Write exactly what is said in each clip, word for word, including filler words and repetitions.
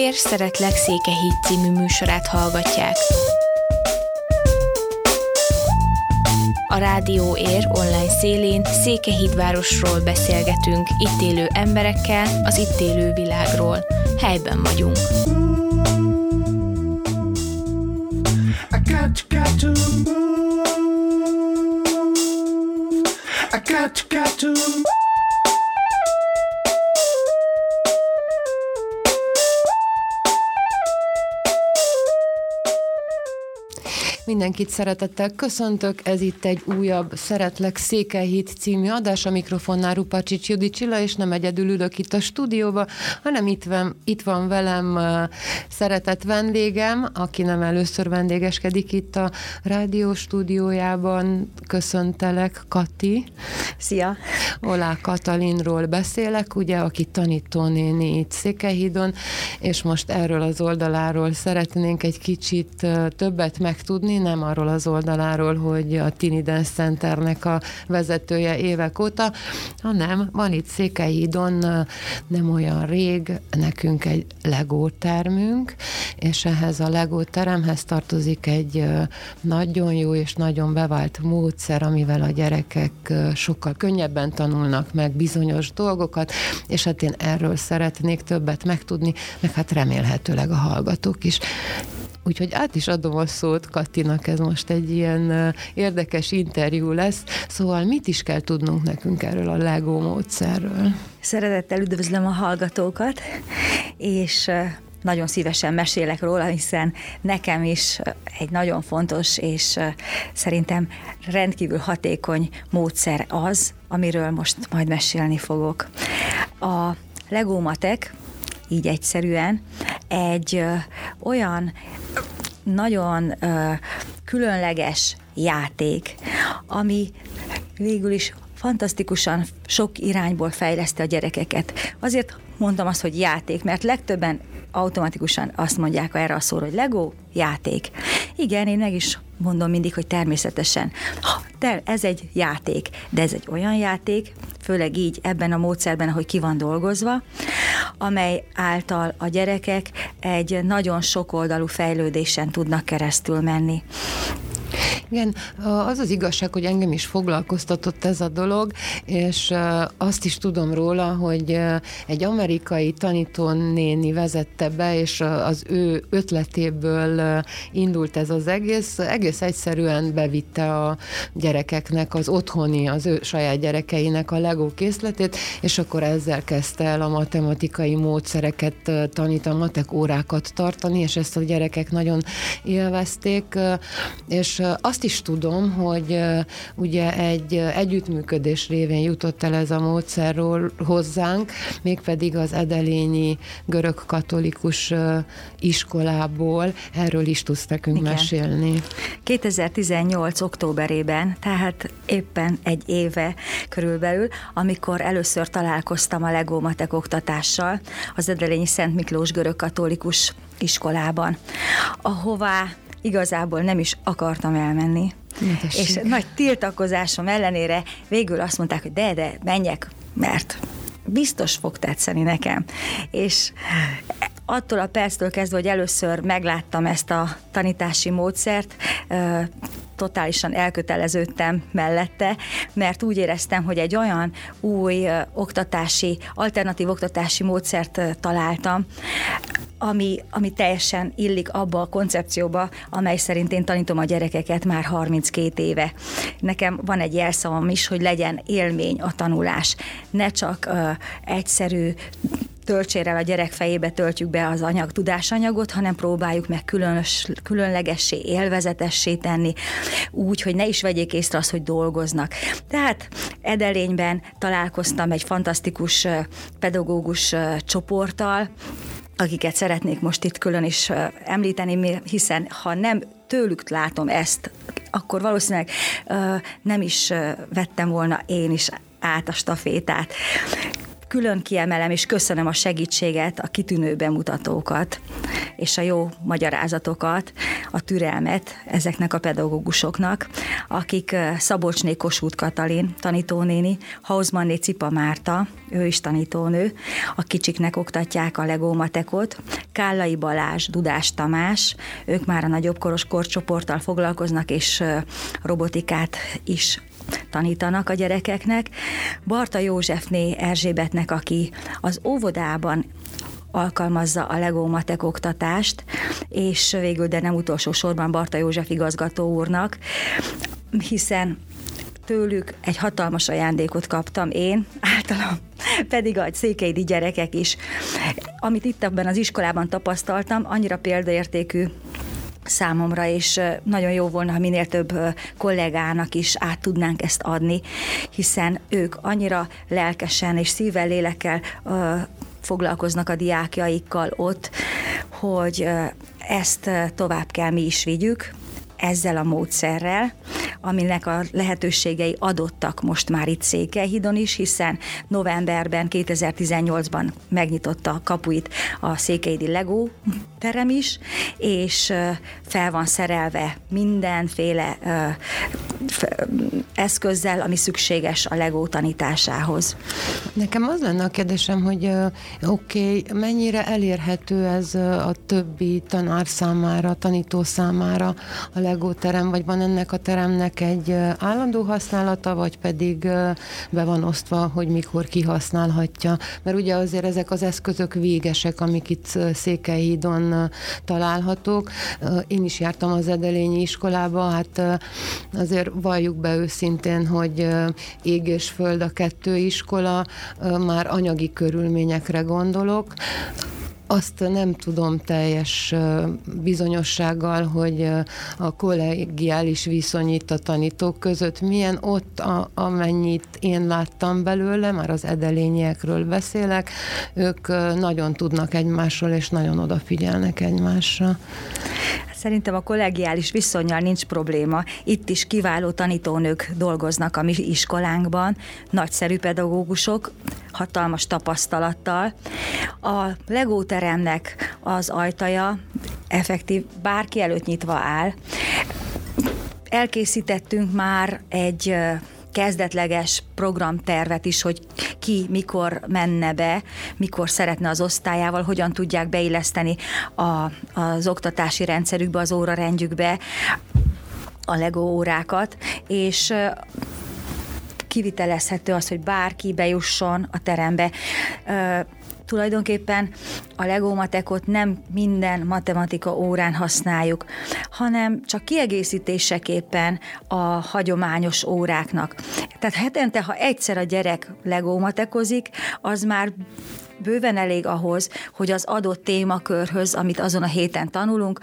Ér, szeretlek Székelyhíd című műsorát hallgatják. A Rádió Ér online szélén Székelyhídvárosról beszélgetünk, itt élő emberekkel, az itt élő világról. Helyben vagyunk. I got to, got to move. I got to, got to move. Mindenkit szeretettel köszöntök, ez itt egy újabb Szeretlek Székelyhíd című adás, a mikrofonnál Rupacsics Judit Csilla, és nem egyedül ülök itt a stúdióba, hanem itt van, itt van velem uh, szeretett vendégem, aki nem először vendégeskedik itt a rádió stúdiójában. Köszöntelek, Kati. Szia! Olá Katalinról beszélek, ugye, aki tanítónéni itt Székelyhídon, és most erről az oldaláról szeretnénk egy kicsit uh, többet megtudni, nem arról az oldaláról, hogy a Tini Dance Centernek a vezetője évek óta, hanem van itt Székelyhídon nem olyan rég nekünk egy Lego termünk, és ehhez a Lego teremhez tartozik egy nagyon jó és nagyon bevált módszer, amivel a gyerekek sokkal könnyebben tanulnak meg bizonyos dolgokat, és hát én erről szeretnék többet megtudni, meg hát remélhetőleg a hallgatók is. Úgyhogy át is adom a szót Katinak, ez most egy ilyen érdekes interjú lesz. Szóval mit is kell tudnunk nekünk erről a Lego módszerről? Szeretettel üdvözlöm a hallgatókat, és nagyon szívesen mesélek róla, hiszen nekem is egy nagyon fontos és szerintem rendkívül hatékony módszer az, amiről most majd mesélni fogok. A Lego matek, így egyszerűen, egy ö, olyan nagyon ö, különleges játék, ami végül is fantasztikusan sok irányból fejleszti a gyerekeket. Azért mondtam azt, hogy játék, mert legtöbben automatikusan azt mondják erre a szóra, hogy Lego játék. Igen, én meg is mondom mindig, hogy természetesen. De ez egy játék, de ez egy olyan játék, főleg így ebben a módszerben, ahogy ki van dolgozva, amely által a gyerekek egy nagyon sokoldalú fejlődésen tudnak keresztül menni. Igen, az az igazság, hogy engem is foglalkoztatott ez a dolog, és azt is tudom róla, hogy egy amerikai tanítónéni vezette be, és az ő ötletéből indult ez az egész. Egész egyszerűen bevitte a gyerekeknek az otthoni, az ő saját gyerekeinek a Lego készletét, és akkor ezzel kezdte el a matematikai módszereket tanítani, matek órákat tartani, és ezt a gyerekek nagyon élvezték, és azt Azt is tudom, hogy uh, ugye egy uh, együttműködés révén jutott el ez a módszerről hozzánk, mégpedig az edelényi görög-katolikus uh, iskolából. Erről is tudsz nekünk Igen. mesélni. kétezer-tizennyolc októberében, tehát éppen egy éve körülbelül, amikor először találkoztam a Lego matek oktatással az edelényi Szent Miklós görög-katolikus iskolában, ahová igazából nem is akartam elmenni. Mindesség. És nagy tiltakozásom ellenére végül azt mondták, hogy de, de, menjek, mert biztos fog tetszeni nekem. És attól a perctől kezdve, hogy először megláttam ezt a tanítási módszert, totálisan elköteleződtem mellette, mert úgy éreztem, hogy egy olyan új oktatási, alternatív oktatási módszert találtam, ami, ami teljesen illik abba a koncepcióba, amely szerint én tanítom a gyerekeket már harminckét éve. Nekem van egy jelszavam is, hogy legyen élmény a tanulás. Ne csak uh, egyszerű töltsérrel a gyerek fejébe töltjük be az anyag, tudásanyagot, hanem próbáljuk meg különös, különlegessé, élvezetessé tenni, úgy, hogy ne is vegyék észre azt, hogy dolgoznak. Tehát Edelényben találkoztam egy fantasztikus pedagógus csoporttal, akiket szeretnék most itt külön is említeni, hiszen ha nem tőlük látom ezt, akkor valószínűleg nem is vettem volna én is át a stafétát. Külön kiemelem és köszönöm a segítséget, a kitűnő bemutatókat, és a jó magyarázatokat, a türelmet ezeknek a pedagógusoknak, akik Szabolcsné Kossuth Katalin tanítónéni, Hausmanné Cipa Márta, ő is tanítónő, a kicsiknek oktatják a Lego matekot, Kállai Balázs, Dudás Tamás, ők már a nagyobb koros korcsoporttal foglalkoznak, és robotikát is tanítanak a gyerekeknek. Barta Józsefné Erzsébetnek, aki az óvodában alkalmazza a Lego matek oktatást, és végül, de nem utolsó sorban Barta József igazgató úrnak, hiszen tőlük egy hatalmas ajándékot kaptam én, általam pedig a székelydi gyerekek is. Amit itt ebben az iskolában tapasztaltam, annyira példaértékű számomra, és nagyon jó volna, ha minél több kollégának is át tudnánk ezt adni, hiszen ők annyira lelkesen és szívvel, lélekkel foglalkoznak a diákjaikkal ott, hogy ezt tovább kell mi is vigyük, ezzel a módszerrel, aminek a lehetőségei adottak most már itt Székelyhídon is, hiszen novemberben, kétezer-tizennyolcban megnyitotta a kapuit a székelyhídi Lego terem is, és fel van szerelve mindenféle eszközzel, ami szükséges a Lego tanításához. Nekem az lenne a kérdésem, hogy oké, okay, mennyire elérhető ez a többi tanár számára, tanító számára a Lego terem, vagy van ennek a teremnek egy állandó használata, vagy pedig be van osztva, hogy mikor kihasználhatja. Mert ugye azért ezek az eszközök végesek, amik itt Székelyhídon találhatók. Én is jártam az Edelényi iskolába, hát azért valljuk be őszintén, hogy ég és föld a kettő iskola, már anyagi körülményekre gondolok. Azt nem tudom teljes bizonyossággal, hogy a kollegiális viszony itt a tanítók között milyen ott, a, amennyit én láttam belőle, már az edelényiekről beszélek, ők nagyon tudnak egymásról, és nagyon odafigyelnek egymásra. Szerintem a kollegiális viszonnyal nincs probléma. Itt is kiváló tanítónők dolgoznak a mi iskolánkban, nagyszerű pedagógusok, hatalmas tapasztalattal. A Lego teremnek az ajtaja effektív bárki előtt nyitva áll. Elkészítettünk már egy kezdetleges programtervet is, hogy ki mikor menne be, mikor szeretne az osztályával, hogyan tudják beilleszteni a, az oktatási rendszerükbe, az órarendjükbe a Lego órákat, és kivitelezhető az, hogy bárki bejusson a terembe. Tulajdonképpen a Lego matekot nem minden matematika órán használjuk, hanem csak kiegészítéseképpen a hagyományos óráknak. Tehát hetente, ha egyszer a gyerek Lego matekozik, az már bőven elég ahhoz, hogy az adott témakörhöz, amit azon a héten tanulunk,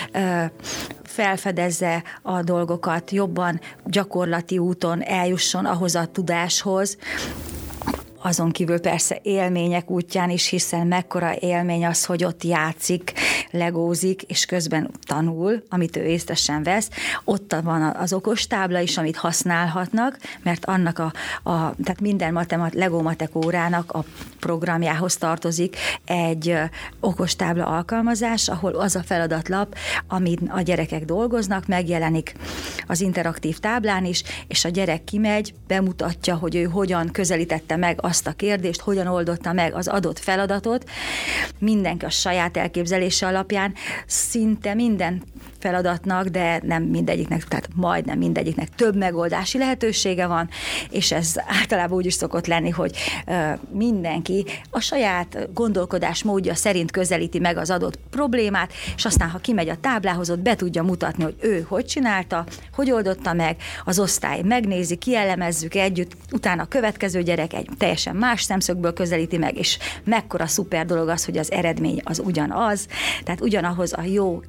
felfedezze a dolgokat, jobban gyakorlati úton eljusson ahhoz a tudáshoz, azon kívül persze élmények útján is, hiszen mekkora élmény az, hogy ott játszik, legózik, és közben tanul, amit ő észre sem vesz. Ott van az okostábla is, amit használhatnak, mert annak a, a tehát minden matemat, Lego matek órának a programjához tartozik egy okostábla alkalmazás, ahol az a feladatlap, amit a gyerekek dolgoznak, megjelenik az interaktív táblán is, és a gyerek kimegy, bemutatja, hogy ő hogyan közelítette meg azt a kérdést, hogyan oldotta meg az adott feladatot. Mindenki a saját elképzelése alapján szinte minden feladatnak, de nem mindegyiknek, tehát majdnem mindegyiknek több megoldási lehetősége van, és ez általában úgy is szokott lenni, hogy mindenki a saját gondolkodás módja szerint közelíti meg az adott problémát, és aztán, ha kimegy a táblához, ott be tudja mutatni, hogy ő hogy csinálta, hogy oldotta meg, az osztály megnézi, kielemezzük együtt, utána a következő gyerek egy teljesen más szemszögből közelíti meg, és mekkora szuper dolog az, hogy az eredmény az ugyanaz, tehát ugyanahoz a jó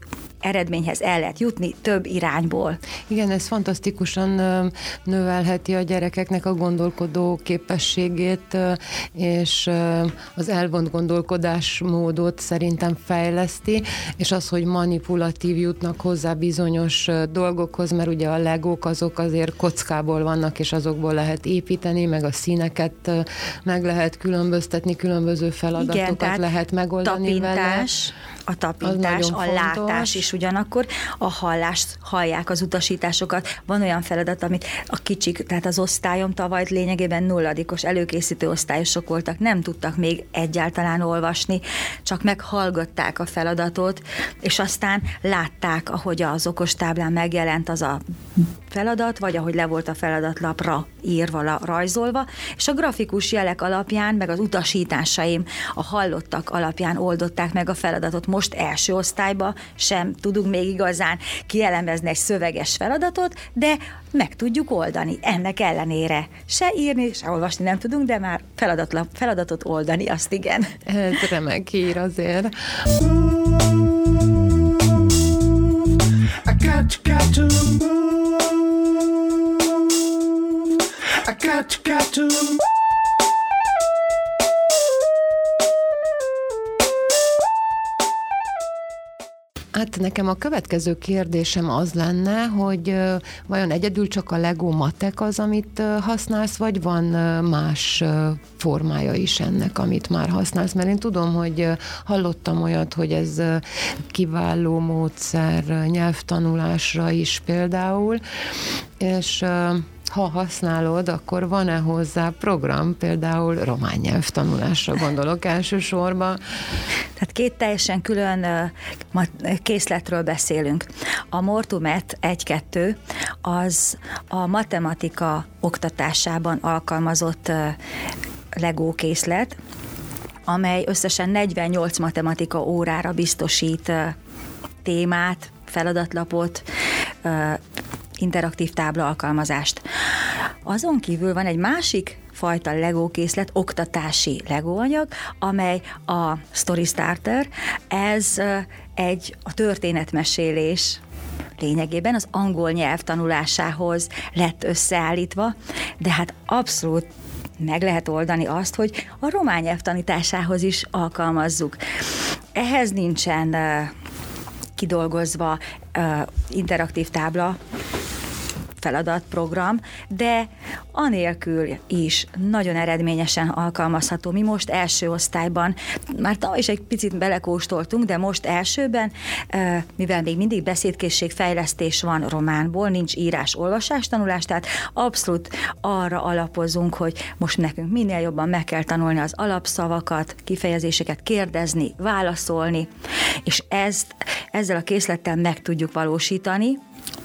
eredményhez el lehet jutni több irányból. Igen, ez fantasztikusan növelheti a gyerekeknek a gondolkodó képességét, és az elvont gondolkodásmódot szerintem fejleszti, és az, hogy manipulatív jutnak hozzá bizonyos dolgokhoz, mert ugye a legók azok azért kockából vannak, és azokból lehet építeni, meg a színeket meg lehet különböztetni, különböző feladatokat igen, lehet megoldani vele. A tapintás, a látás is ugyanakkor, a hallást hallják az utasításokat. Van olyan feladat, amit a kicsik, tehát az osztályom tavaly lényegében nulladikos előkészítő osztályosok voltak, nem tudtak még egyáltalán olvasni, csak meghallgatták a feladatot, és aztán látták, ahogy az okostáblán megjelent az a feladat, vagy ahogy le volt a feladatlapra írva, rajzolva, és a grafikus jelek alapján, meg az utasításaim, a hallottak alapján oldották meg a feladatot. Most első osztályba sem tudunk még igazán kielemezni egy szöveges feladatot, de meg tudjuk oldani. Ennek ellenére se írni, se olvasni nem tudunk, de már feladatlap, feladatot oldani, azt igen. Ez remek hír azért. I got, got to move. I got, got to move. Hát nekem a következő kérdésem az lenne, hogy uh, vajon egyedül csak a Lego matek az, amit uh, használsz, vagy van uh, más uh, formája is ennek, amit már használsz? Mert én tudom, hogy uh, hallottam olyat, hogy ez uh, kiváló módszer uh, nyelvtanulásra is például, és uh, ha használod, akkor van-e hozzá program, például román nyelvtanulásra gondolok elsősorban? Tehát két teljesen külön készletről beszélünk. A Mortumet egy kettő az a matematika oktatásában alkalmazott Lego készlet, amely összesen negyvennyolc matematika órára biztosít témát, feladatlapot, interaktív tábla alkalmazást. Azon kívül van egy másik fajta Lego készlet, oktatási Lego anyag, amely a Story Starter, ez egy a történetmesélés lényegében az angol nyelv tanulásához lett összeállítva, de hát abszolút meg lehet oldani azt, hogy a román nyelv tanításához is alkalmazzuk. Ehhez nincsen kidolgozva uh, interaktív tábla, feladatprogram, de anélkül is nagyon eredményesen alkalmazható. Mi most első osztályban, már tavaly is egy picit belekóstoltunk, de most elsőben, mivel még mindig beszédkészségfejlesztés van románból, nincs írás-olvasás tanulás, tehát abszolút arra alapozunk, hogy most nekünk minél jobban meg kell tanulni az alapszavakat, kifejezéseket, kérdezni, válaszolni, és ezt, ezzel a készlettel meg tudjuk valósítani,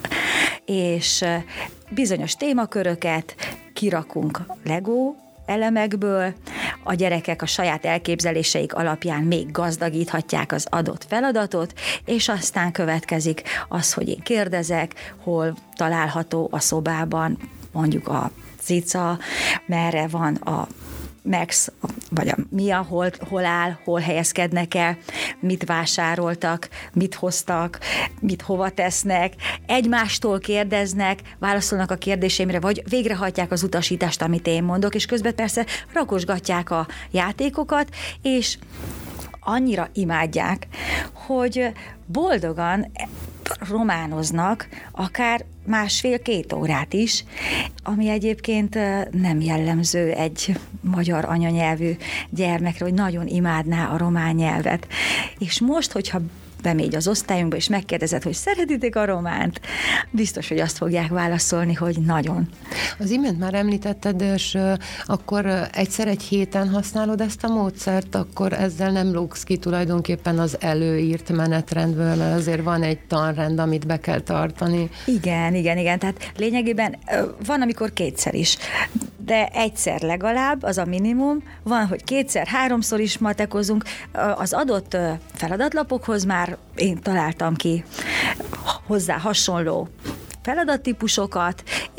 és bizonyos témaköröket kirakunk Lego elemekből, a gyerekek a saját elképzeléseik alapján még gazdagíthatják az adott feladatot, és aztán következik az, hogy én kérdezek, hol található a szobában mondjuk a cica, merre van a Max, vagy a Mia, hol, hol áll, hol helyezkednek el, mit vásároltak, mit hoztak, mit hova tesznek, egymástól kérdeznek, válaszolnak a kérdéseimre, vagy végrehajtják az utasítást, amit én mondok, és közben persze rakosgatják a játékokat, és annyira imádják, hogy boldogan románoznak, akár másfél-két órát is, ami egyébként nem jellemző egy magyar anyanyelvű gyermekre, hogy nagyon imádná a román nyelvet. És most, hogyha bemegy az osztályunkba, és megkérdezed, hogy szeretitek a románt, biztos, hogy azt fogják válaszolni, hogy nagyon. Az imént már említetted, és akkor egyszer egy héten használod ezt a módszert, akkor ezzel nem lógsz ki tulajdonképpen az előírt menetrendből, mert azért van egy tanrend, amit be kell tartani. Igen, igen, igen. Tehát lényegében van, amikor kétszer is, de egyszer legalább, az a minimum. Van, hogy kétszer, háromszor is matekozunk. Az adott feladatlapokhoz már én találtam ki hozzá hasonló feladattípusokat, és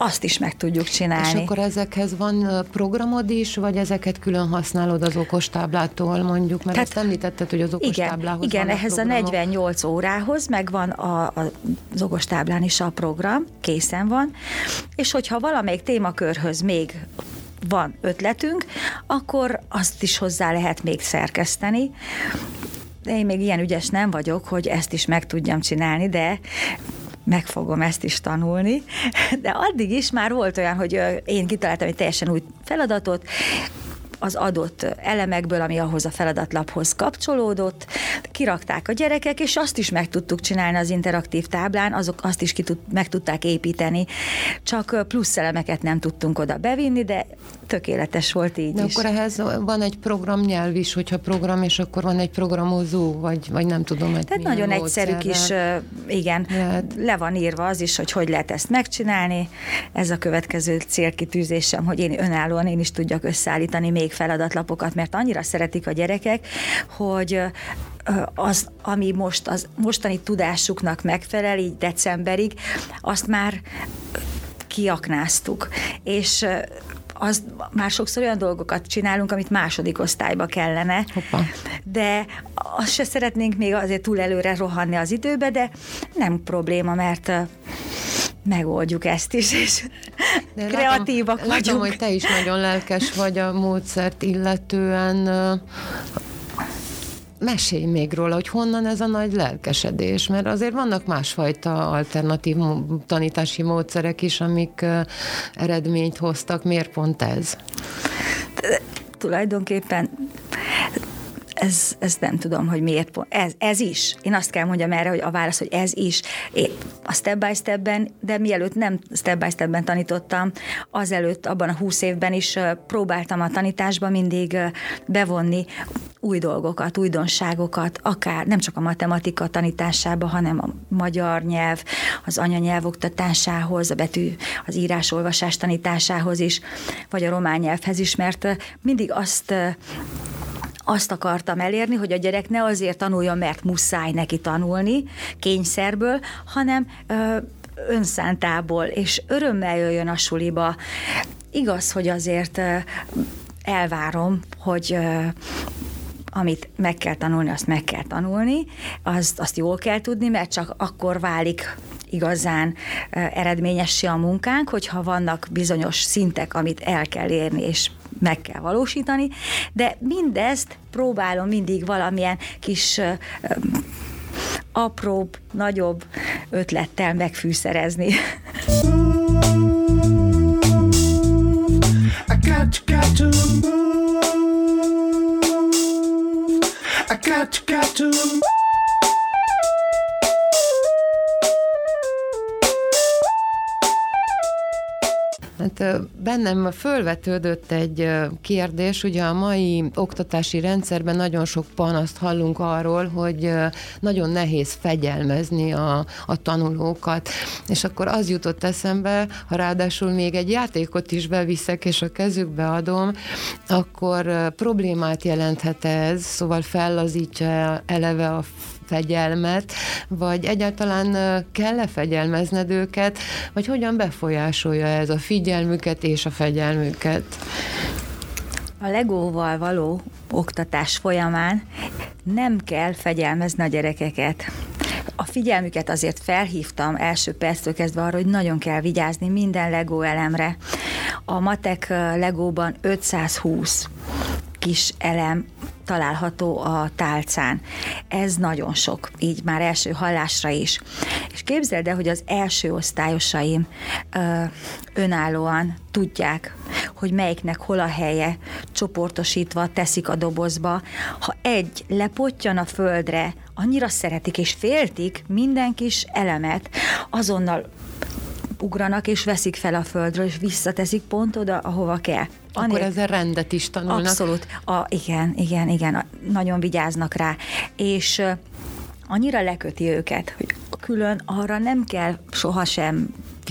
azt is meg tudjuk csinálni. És akkor ezekhez van programod is, vagy ezeket külön használod az okostáblától mondjuk? Mert Tehát, ezt említetted, hogy az okostáblához Igen, igen ehhez programok. A negyvennyolc órához megvan a, a, az okostáblán is a program, készen van, és hogyha valamelyik témakörhöz még van ötletünk, akkor azt is hozzá lehet még szerkeszteni. De én még ilyen ügyes nem vagyok, hogy ezt is meg tudjam csinálni, de meg fogom ezt is tanulni. De addig is már volt olyan, hogy én kitaláltam egy teljesen új feladatot, az adott elemekből, ami ahhoz a feladatlaphoz kapcsolódott, kirakták a gyerekek, és azt is meg tudtuk csinálni az interaktív táblán, azok azt is ki tud, meg tudták építeni, csak plusz elemeket nem tudtunk oda bevinni, de tökéletes volt így de is. Akkor ehhez van egy programnyelv is, hogyha program, és akkor van egy programozó, vagy, vagy nem tudom, hogy Tehát nagyon egyszerű kis, igen, lehet. Le van írva az is, hogy hogy lehet ezt megcsinálni. Ez a következő célkitűzésem, hogy én önállóan én is tudjak összeállítani még feladatlapokat, mert annyira szeretik a gyerekek, hogy az, ami most az mostani tudásuknak megfelel, így decemberig, azt már kiaknáztuk. És az már sokszor olyan dolgokat csinálunk, amit második osztályba kellene. Hoppa. De azt se szeretnénk még azért túl előre rohanni az időbe, de nem probléma, mert megoldjuk ezt is, és de kreatívak látom, vagyunk. Látom, hogy te is nagyon lelkes vagy a módszert illetően. Mesélj még róla, hogy honnan ez a nagy lelkesedés, mert azért vannak másfajta alternatív tanítási módszerek is, amik eredményt hoztak. Miért pont ez? Tulajdonképpen Ez, ez nem tudom, hogy miért pont. Ez, ez is. Én azt kell mondjam erre, hogy a válasz, hogy ez is. Én a step by stepben, de mielőtt nem step by stepben tanítottam, azelőtt abban a húsz évben is próbáltam a tanításba mindig bevonni új dolgokat, újdonságokat, akár nem csak a matematika tanításába, hanem a magyar nyelv, az anyanyelv oktatásához, a betű, az írás-olvasás tanításához is, vagy a román nyelvhez is, mert mindig azt Azt akartam elérni, hogy a gyerek ne azért tanuljon, mert muszáj neki tanulni kényszerből, hanem ö, önszántából, és örömmel jöjjön a suliba. Igaz, hogy azért ö, elvárom, hogy ö, amit meg kell tanulni, azt meg kell tanulni, azt, azt jól kell tudni, mert csak akkor válik igazán eredményessé a munkánk, hogyha vannak bizonyos szintek, amit el kell érni, és meg kell valósítani, de mindezt próbálom mindig valamilyen kis apróbb, nagyobb ötlettel megfűszerezni. I got to, got to move. I got to, got to move. Hát bennem fölvetődött egy kérdés, ugye a mai oktatási rendszerben nagyon sok panaszt hallunk arról, hogy nagyon nehéz fegyelmezni a, a tanulókat, és akkor az jutott eszembe, ha ráadásul még egy játékot is beviszek, és a kezükbe adom, akkor problémát jelenthet ez, szóval fellazítja eleve a fegyelmet, vagy egyáltalán kell-e fegyelmezned őket, vagy hogyan befolyásolja ez a figyelmüket és a fegyelmüket? A legóval való oktatás folyamán nem kell fegyelmezni a gyerekeket. A figyelmüket azért felhívtam első perctől kezdve arra, hogy nagyon kell vigyázni minden legó elemre. A matek legóban ötszázhúsz kis elem található a tálcán. Ez nagyon sok, így már első hallásra is. És képzeld el, hogy az első osztályosaim ö, önállóan tudják, hogy melyiknek hol a helye, csoportosítva teszik a dobozba. Ha egy lepottyan a földre, annyira szeretik és féltik minden kis elemet, azonnal ugranak és veszik fel a földről, és visszateszik pont oda, ahova kell. Akkor Anél... ezzel rendet is tanulnak. Abszolút. A, igen, igen, igen. Nagyon vigyáznak rá. És uh, annyira leköti őket, hogy külön arra nem kell sohasem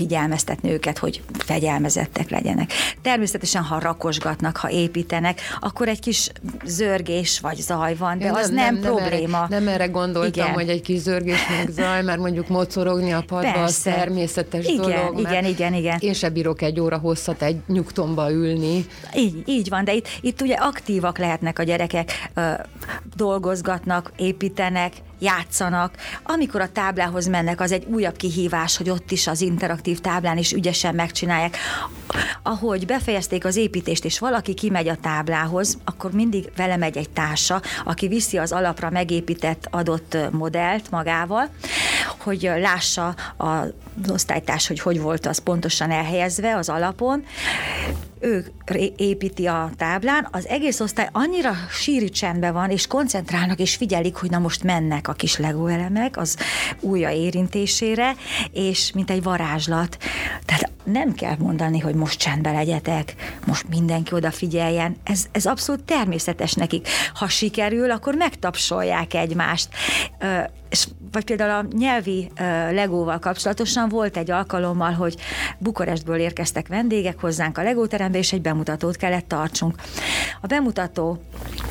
figyelmeztetni őket, hogy fegyelmezettek legyenek. Természetesen, ha rakosgatnak, ha építenek, akkor egy kis zörgés vagy zaj van, de ja, az nem, nem, nem probléma. Erre, nem erre gondoltam, igen. hogy egy kis zörgés meg zaj, mert mondjuk mocorogni a padba az természetes igen, dolog. Igen, igen, igen. Én se bírok egy óra hosszat egy nyugtomba ülni. Így, így van, de itt, itt ugye aktívak lehetnek a gyerekek, ö, dolgozgatnak, építenek, játszanak. Amikor a táblához mennek, az egy újabb kihívás, hogy ott is az interaktív táblán is ügyesen megcsinálják. Ahogy befejezték az építést, és valaki kimegy a táblához, akkor mindig vele megy egy társa, aki viszi az alapra megépített adott modellt magával, hogy lássa az osztálytárs, hogy hogy volt az pontosan elhelyezve az alapon. Ő építi a táblán, az egész osztály annyira síri csendben van, és koncentrálnak, és figyelik, hogy na most mennek a kis Lego elemek az ujja érintésére, és mint egy varázslat. Tehát nem kell mondani, hogy most csendben legyetek, most mindenki odafigyeljen. Ez, ez abszolút természetes nekik. Ha sikerül, akkor megtapsolják egymást. És vagy például a nyelvi Legóval kapcsolatosan volt egy alkalommal, hogy Bukarestből érkeztek vendégek hozzánk a Legó terembe, és egy bemutatót kellett tartsunk. A bemutató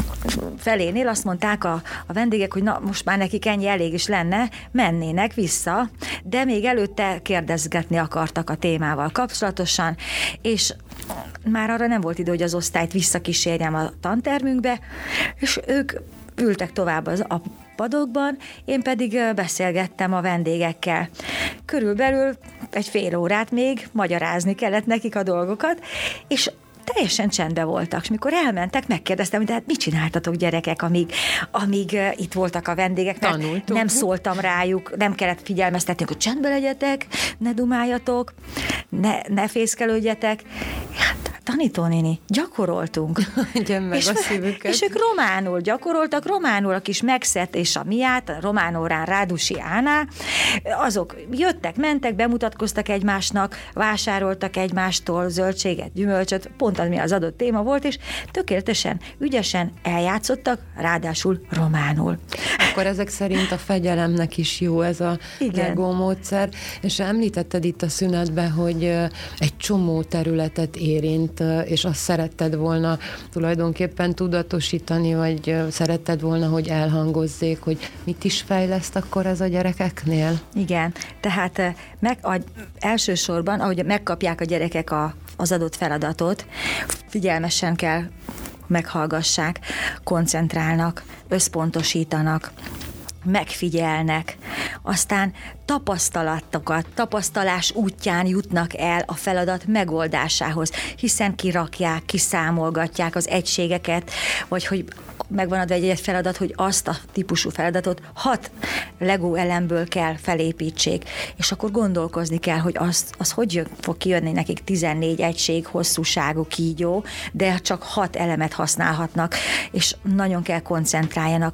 felénél azt mondták a, a vendégek, hogy na, most már nekik ennyi elég is lenne, mennének vissza, de még előtte kérdezgetni akartak a témával kapcsolatosan, és már arra nem volt idő, hogy az osztályt visszakísérjem a tantermünkbe, és ők ültek tovább az a padokban, én pedig beszélgettem a vendégekkel. Körülbelül egy fél órát még magyarázni kellett nekik a dolgokat, és teljesen csendben voltak, és mikor elmentek, megkérdeztem, hogy de hát mit csináltatok, gyerekek, amíg, amíg uh, itt voltak a vendégek, mert Tanultuk. Nem szóltam rájuk, nem kellett figyelmeztetni, hogy csendben legyetek, ne dumáljatok, ne, ne fészkelődjetek. Hát, tanítónéni, gyakoroltunk. Meg és, a szívüket. És ők románul gyakoroltak, románul a kis megszet és a miát, a román órán Rádusi Áná, azok jöttek, mentek, bemutatkoztak egymásnak, vásároltak egymástól zöldséget, gyümölcsöt, pont az, mi az adott téma volt, és tökéletesen, ügyesen eljátszottak, ráadásul románul. Akkor ezek szerint a fegyelemnek is jó ez a Igen. Lego módszer, és említetted itt a szünetben, hogy egy csomó területet érint, és azt szeretted volna tulajdonképpen tudatosítani, vagy szeretted volna, hogy elhangozzék, hogy mit is fejleszt akkor ez a gyerekeknél? Igen, tehát meg, a, elsősorban, ahogy megkapják a gyerekek a, az adott feladatot, figyelmesen kell meghallgassák, koncentrálnak, összpontosítanak, megfigyelnek, aztán tapasztalatokat, tapasztalás útján jutnak el a feladat megoldásához, hiszen kirakják, kiszámolgatják az egységeket, vagy hogy megvan adva egy feladat, hogy azt a típusú feladatot hat Lego elemből kell felépítsék, és akkor gondolkozni kell, hogy az, az hogy jön, fog kijönni nekik tizennégy egység hosszúságú kígyó, de csak hat elemet használhatnak, és nagyon kell koncentráljanak.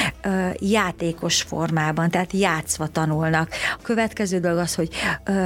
Játékos formában, tehát játszva tanulnak. A következő dolog az, hogy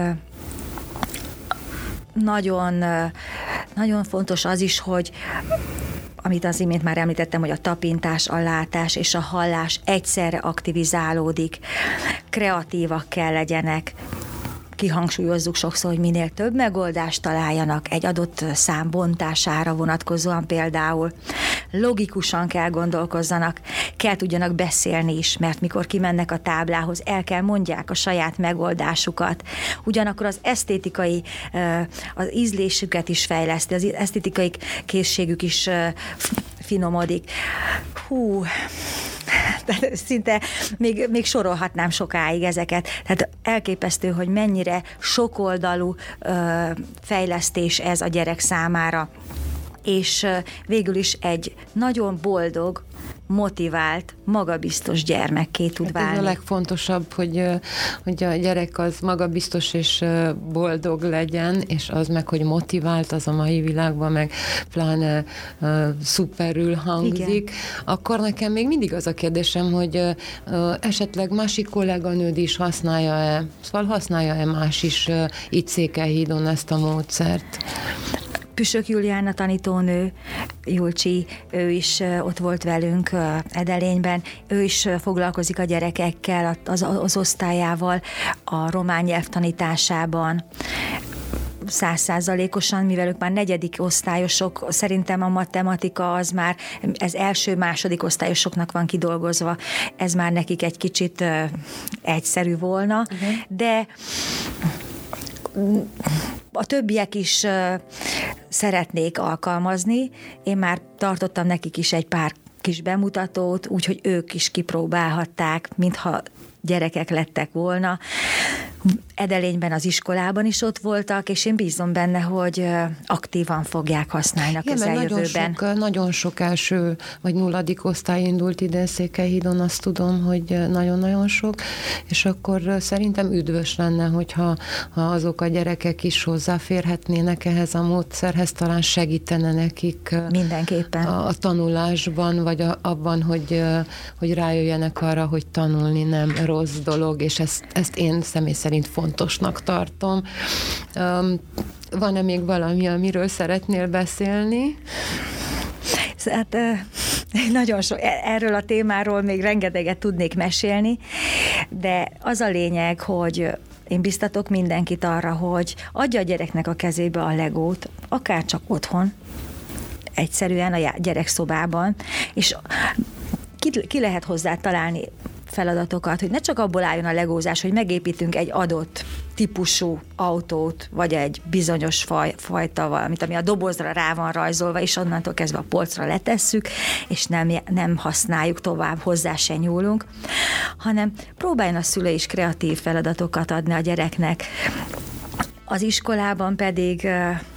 nagyon, nagyon fontos az is, hogy amit az imént már említettem, hogy a tapintás, a látás és a hallás egyszerre aktivizálódik. Kreatívak kell legyenek. Kihangsúlyozzuk sokszor, hogy minél több megoldást találjanak egy adott szám bontására vonatkozóan például. Logikusan kell gondolkozzanak, kell tudjanak beszélni is, mert mikor kimennek a táblához, el kell mondják a saját megoldásukat. Ugyanakkor az esztétikai, az ízlésüket is fejleszti, az esztétikai készségük is finomodik. Hú... Tehát szinte még, még sorolhatnám sokáig ezeket. Tehát elképesztő, hogy mennyire sokoldalú ö, fejlesztés ez a gyerek számára. És ö, végül is egy nagyon boldog, motivált, magabiztos gyermekké tud válni. Ez a legfontosabb, hogy, hogy a gyerek az magabiztos és boldog legyen, és az meg, hogy motivált, az a mai világban meg pláne uh, szuperül hangzik. Igen. Akkor nekem még mindig az a kérdésem, hogy uh, esetleg másik kolléganőd is használja-e, szóval használja-e más is uh, itt Székelyhídon ezt a módszert? Püsök Juliána tanítónő, Julcsi, ő is ott volt velünk Edelényben, ő is foglalkozik a gyerekekkel, az, az osztályával, a román nyelv tanításában, százszázalékosan, mivel ők már negyedik osztályosok, szerintem a matematika az már, ez első-második osztályosoknak van kidolgozva, ez már nekik egy kicsit uh, egyszerű volna, uh-huh. de a többiek is uh, szeretnék alkalmazni, én már tartottam nekik is egy pár kis bemutatót, úgyhogy ők is kipróbálhatták, mintha gyerekek lettek volna. Edelényben az iskolában is ott voltak, és én bízom benne, hogy aktívan fogják használni a közeljövőben. Nagyon sok, nagyon sok első vagy nulladik osztály indult ide Székelyhídon, azt tudom, hogy nagyon-nagyon sok, és akkor szerintem üdvös lenne, hogyha ha azok a gyerekek is hozzáférhetnének ehhez a módszerhez, talán segítene nekik mindenképpen a, a tanulásban, vagy a, abban, hogy, hogy rájöjjenek arra, hogy tanulni nem rossz dolog, és ezt, ezt én személy szerint fontosnak tartom. Um, van-e még valami, amiről szeretnél beszélni? Hát nagyon sok, erről a témáról még rengeteget tudnék mesélni, de az a lényeg, hogy én biztatok mindenkit arra, hogy adja a gyereknek a kezébe a legót, akár csak otthon, egyszerűen a gyerekszobában, és ki, ki lehet hozzá találni feladatokat, hogy ne csak abból álljon a legózás, hogy megépítünk egy adott típusú autót, vagy egy bizonyos faj, fajta valamit, ami a dobozra rá van rajzolva, és onnantól kezdve a polcra letesszük, és nem, nem használjuk tovább, hozzá se nyúlunk, hanem próbáljon a szülő is kreatív feladatokat adni a gyereknek. Az iskolában pedig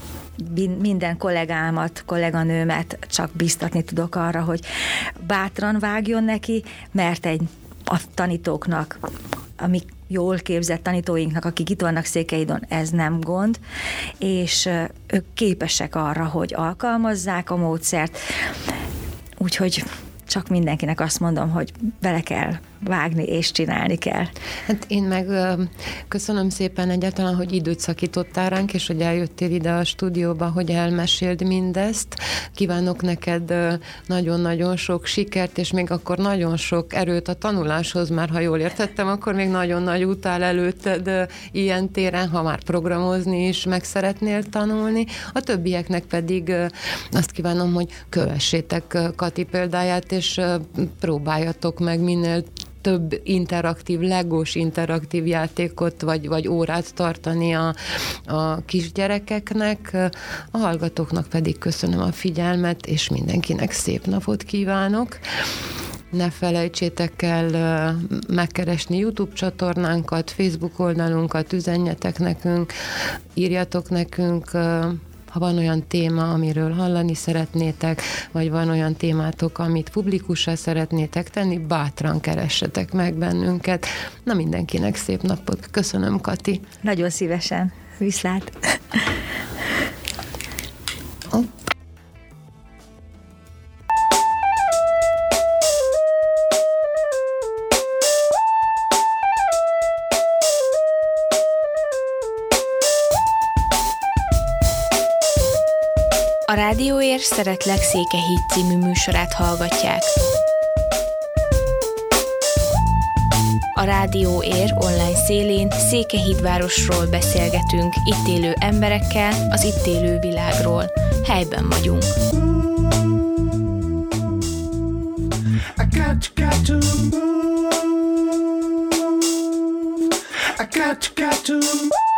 minden kollégámat, kolléganőmet csak biztatni tudok arra, hogy bátran vágjon neki, mert egy a tanítóknak, amik jól képzett tanítóinknak, akik itt vannak Székelyhídon, ez nem gond, és ők képesek arra, hogy alkalmazzák a módszert, úgyhogy csak mindenkinek azt mondom, hogy bele kell vágni és csinálni kell. Hát én meg köszönöm szépen egyáltalán, hogy időt szakítottál ránk, és hogy eljöttél ide a stúdióba, hogy elmeséld mindezt. Kívánok neked nagyon-nagyon sok sikert, és még akkor nagyon sok erőt a tanuláshoz, mert ha jól értettem, akkor még nagyon nagy út áll előtted ilyen téren, ha már programozni is meg szeretnél tanulni. A többieknek pedig azt kívánom, hogy kövessétek Kati példáját, és próbáljatok meg minél több interaktív, legós interaktív játékot, vagy, vagy órát tartani a, a kisgyerekeknek. A hallgatóknak pedig köszönöm a figyelmet, és mindenkinek szép napot kívánok. Ne felejtsétek el megkeresni YouTube csatornánkat, Facebook oldalunkat, üzenjetek nekünk, írjatok nekünk, ha van olyan téma, amiről hallani szeretnétek, vagy van olyan témátok, amit publikussá szeretnétek tenni, bátran keressetek meg bennünket. Na, mindenkinek szép napot. Köszönöm, Kati. Nagyon szívesen. Viszlát. Oh. A Rádióér Szeretlek Székelyhíd című műsorát hallgatják. A Rádióér online szélén Székelyhídvárosról beszélgetünk, itt élő emberekkel, az itt élő világról. Helyben vagyunk. I got you, got to move. I got you, got to move.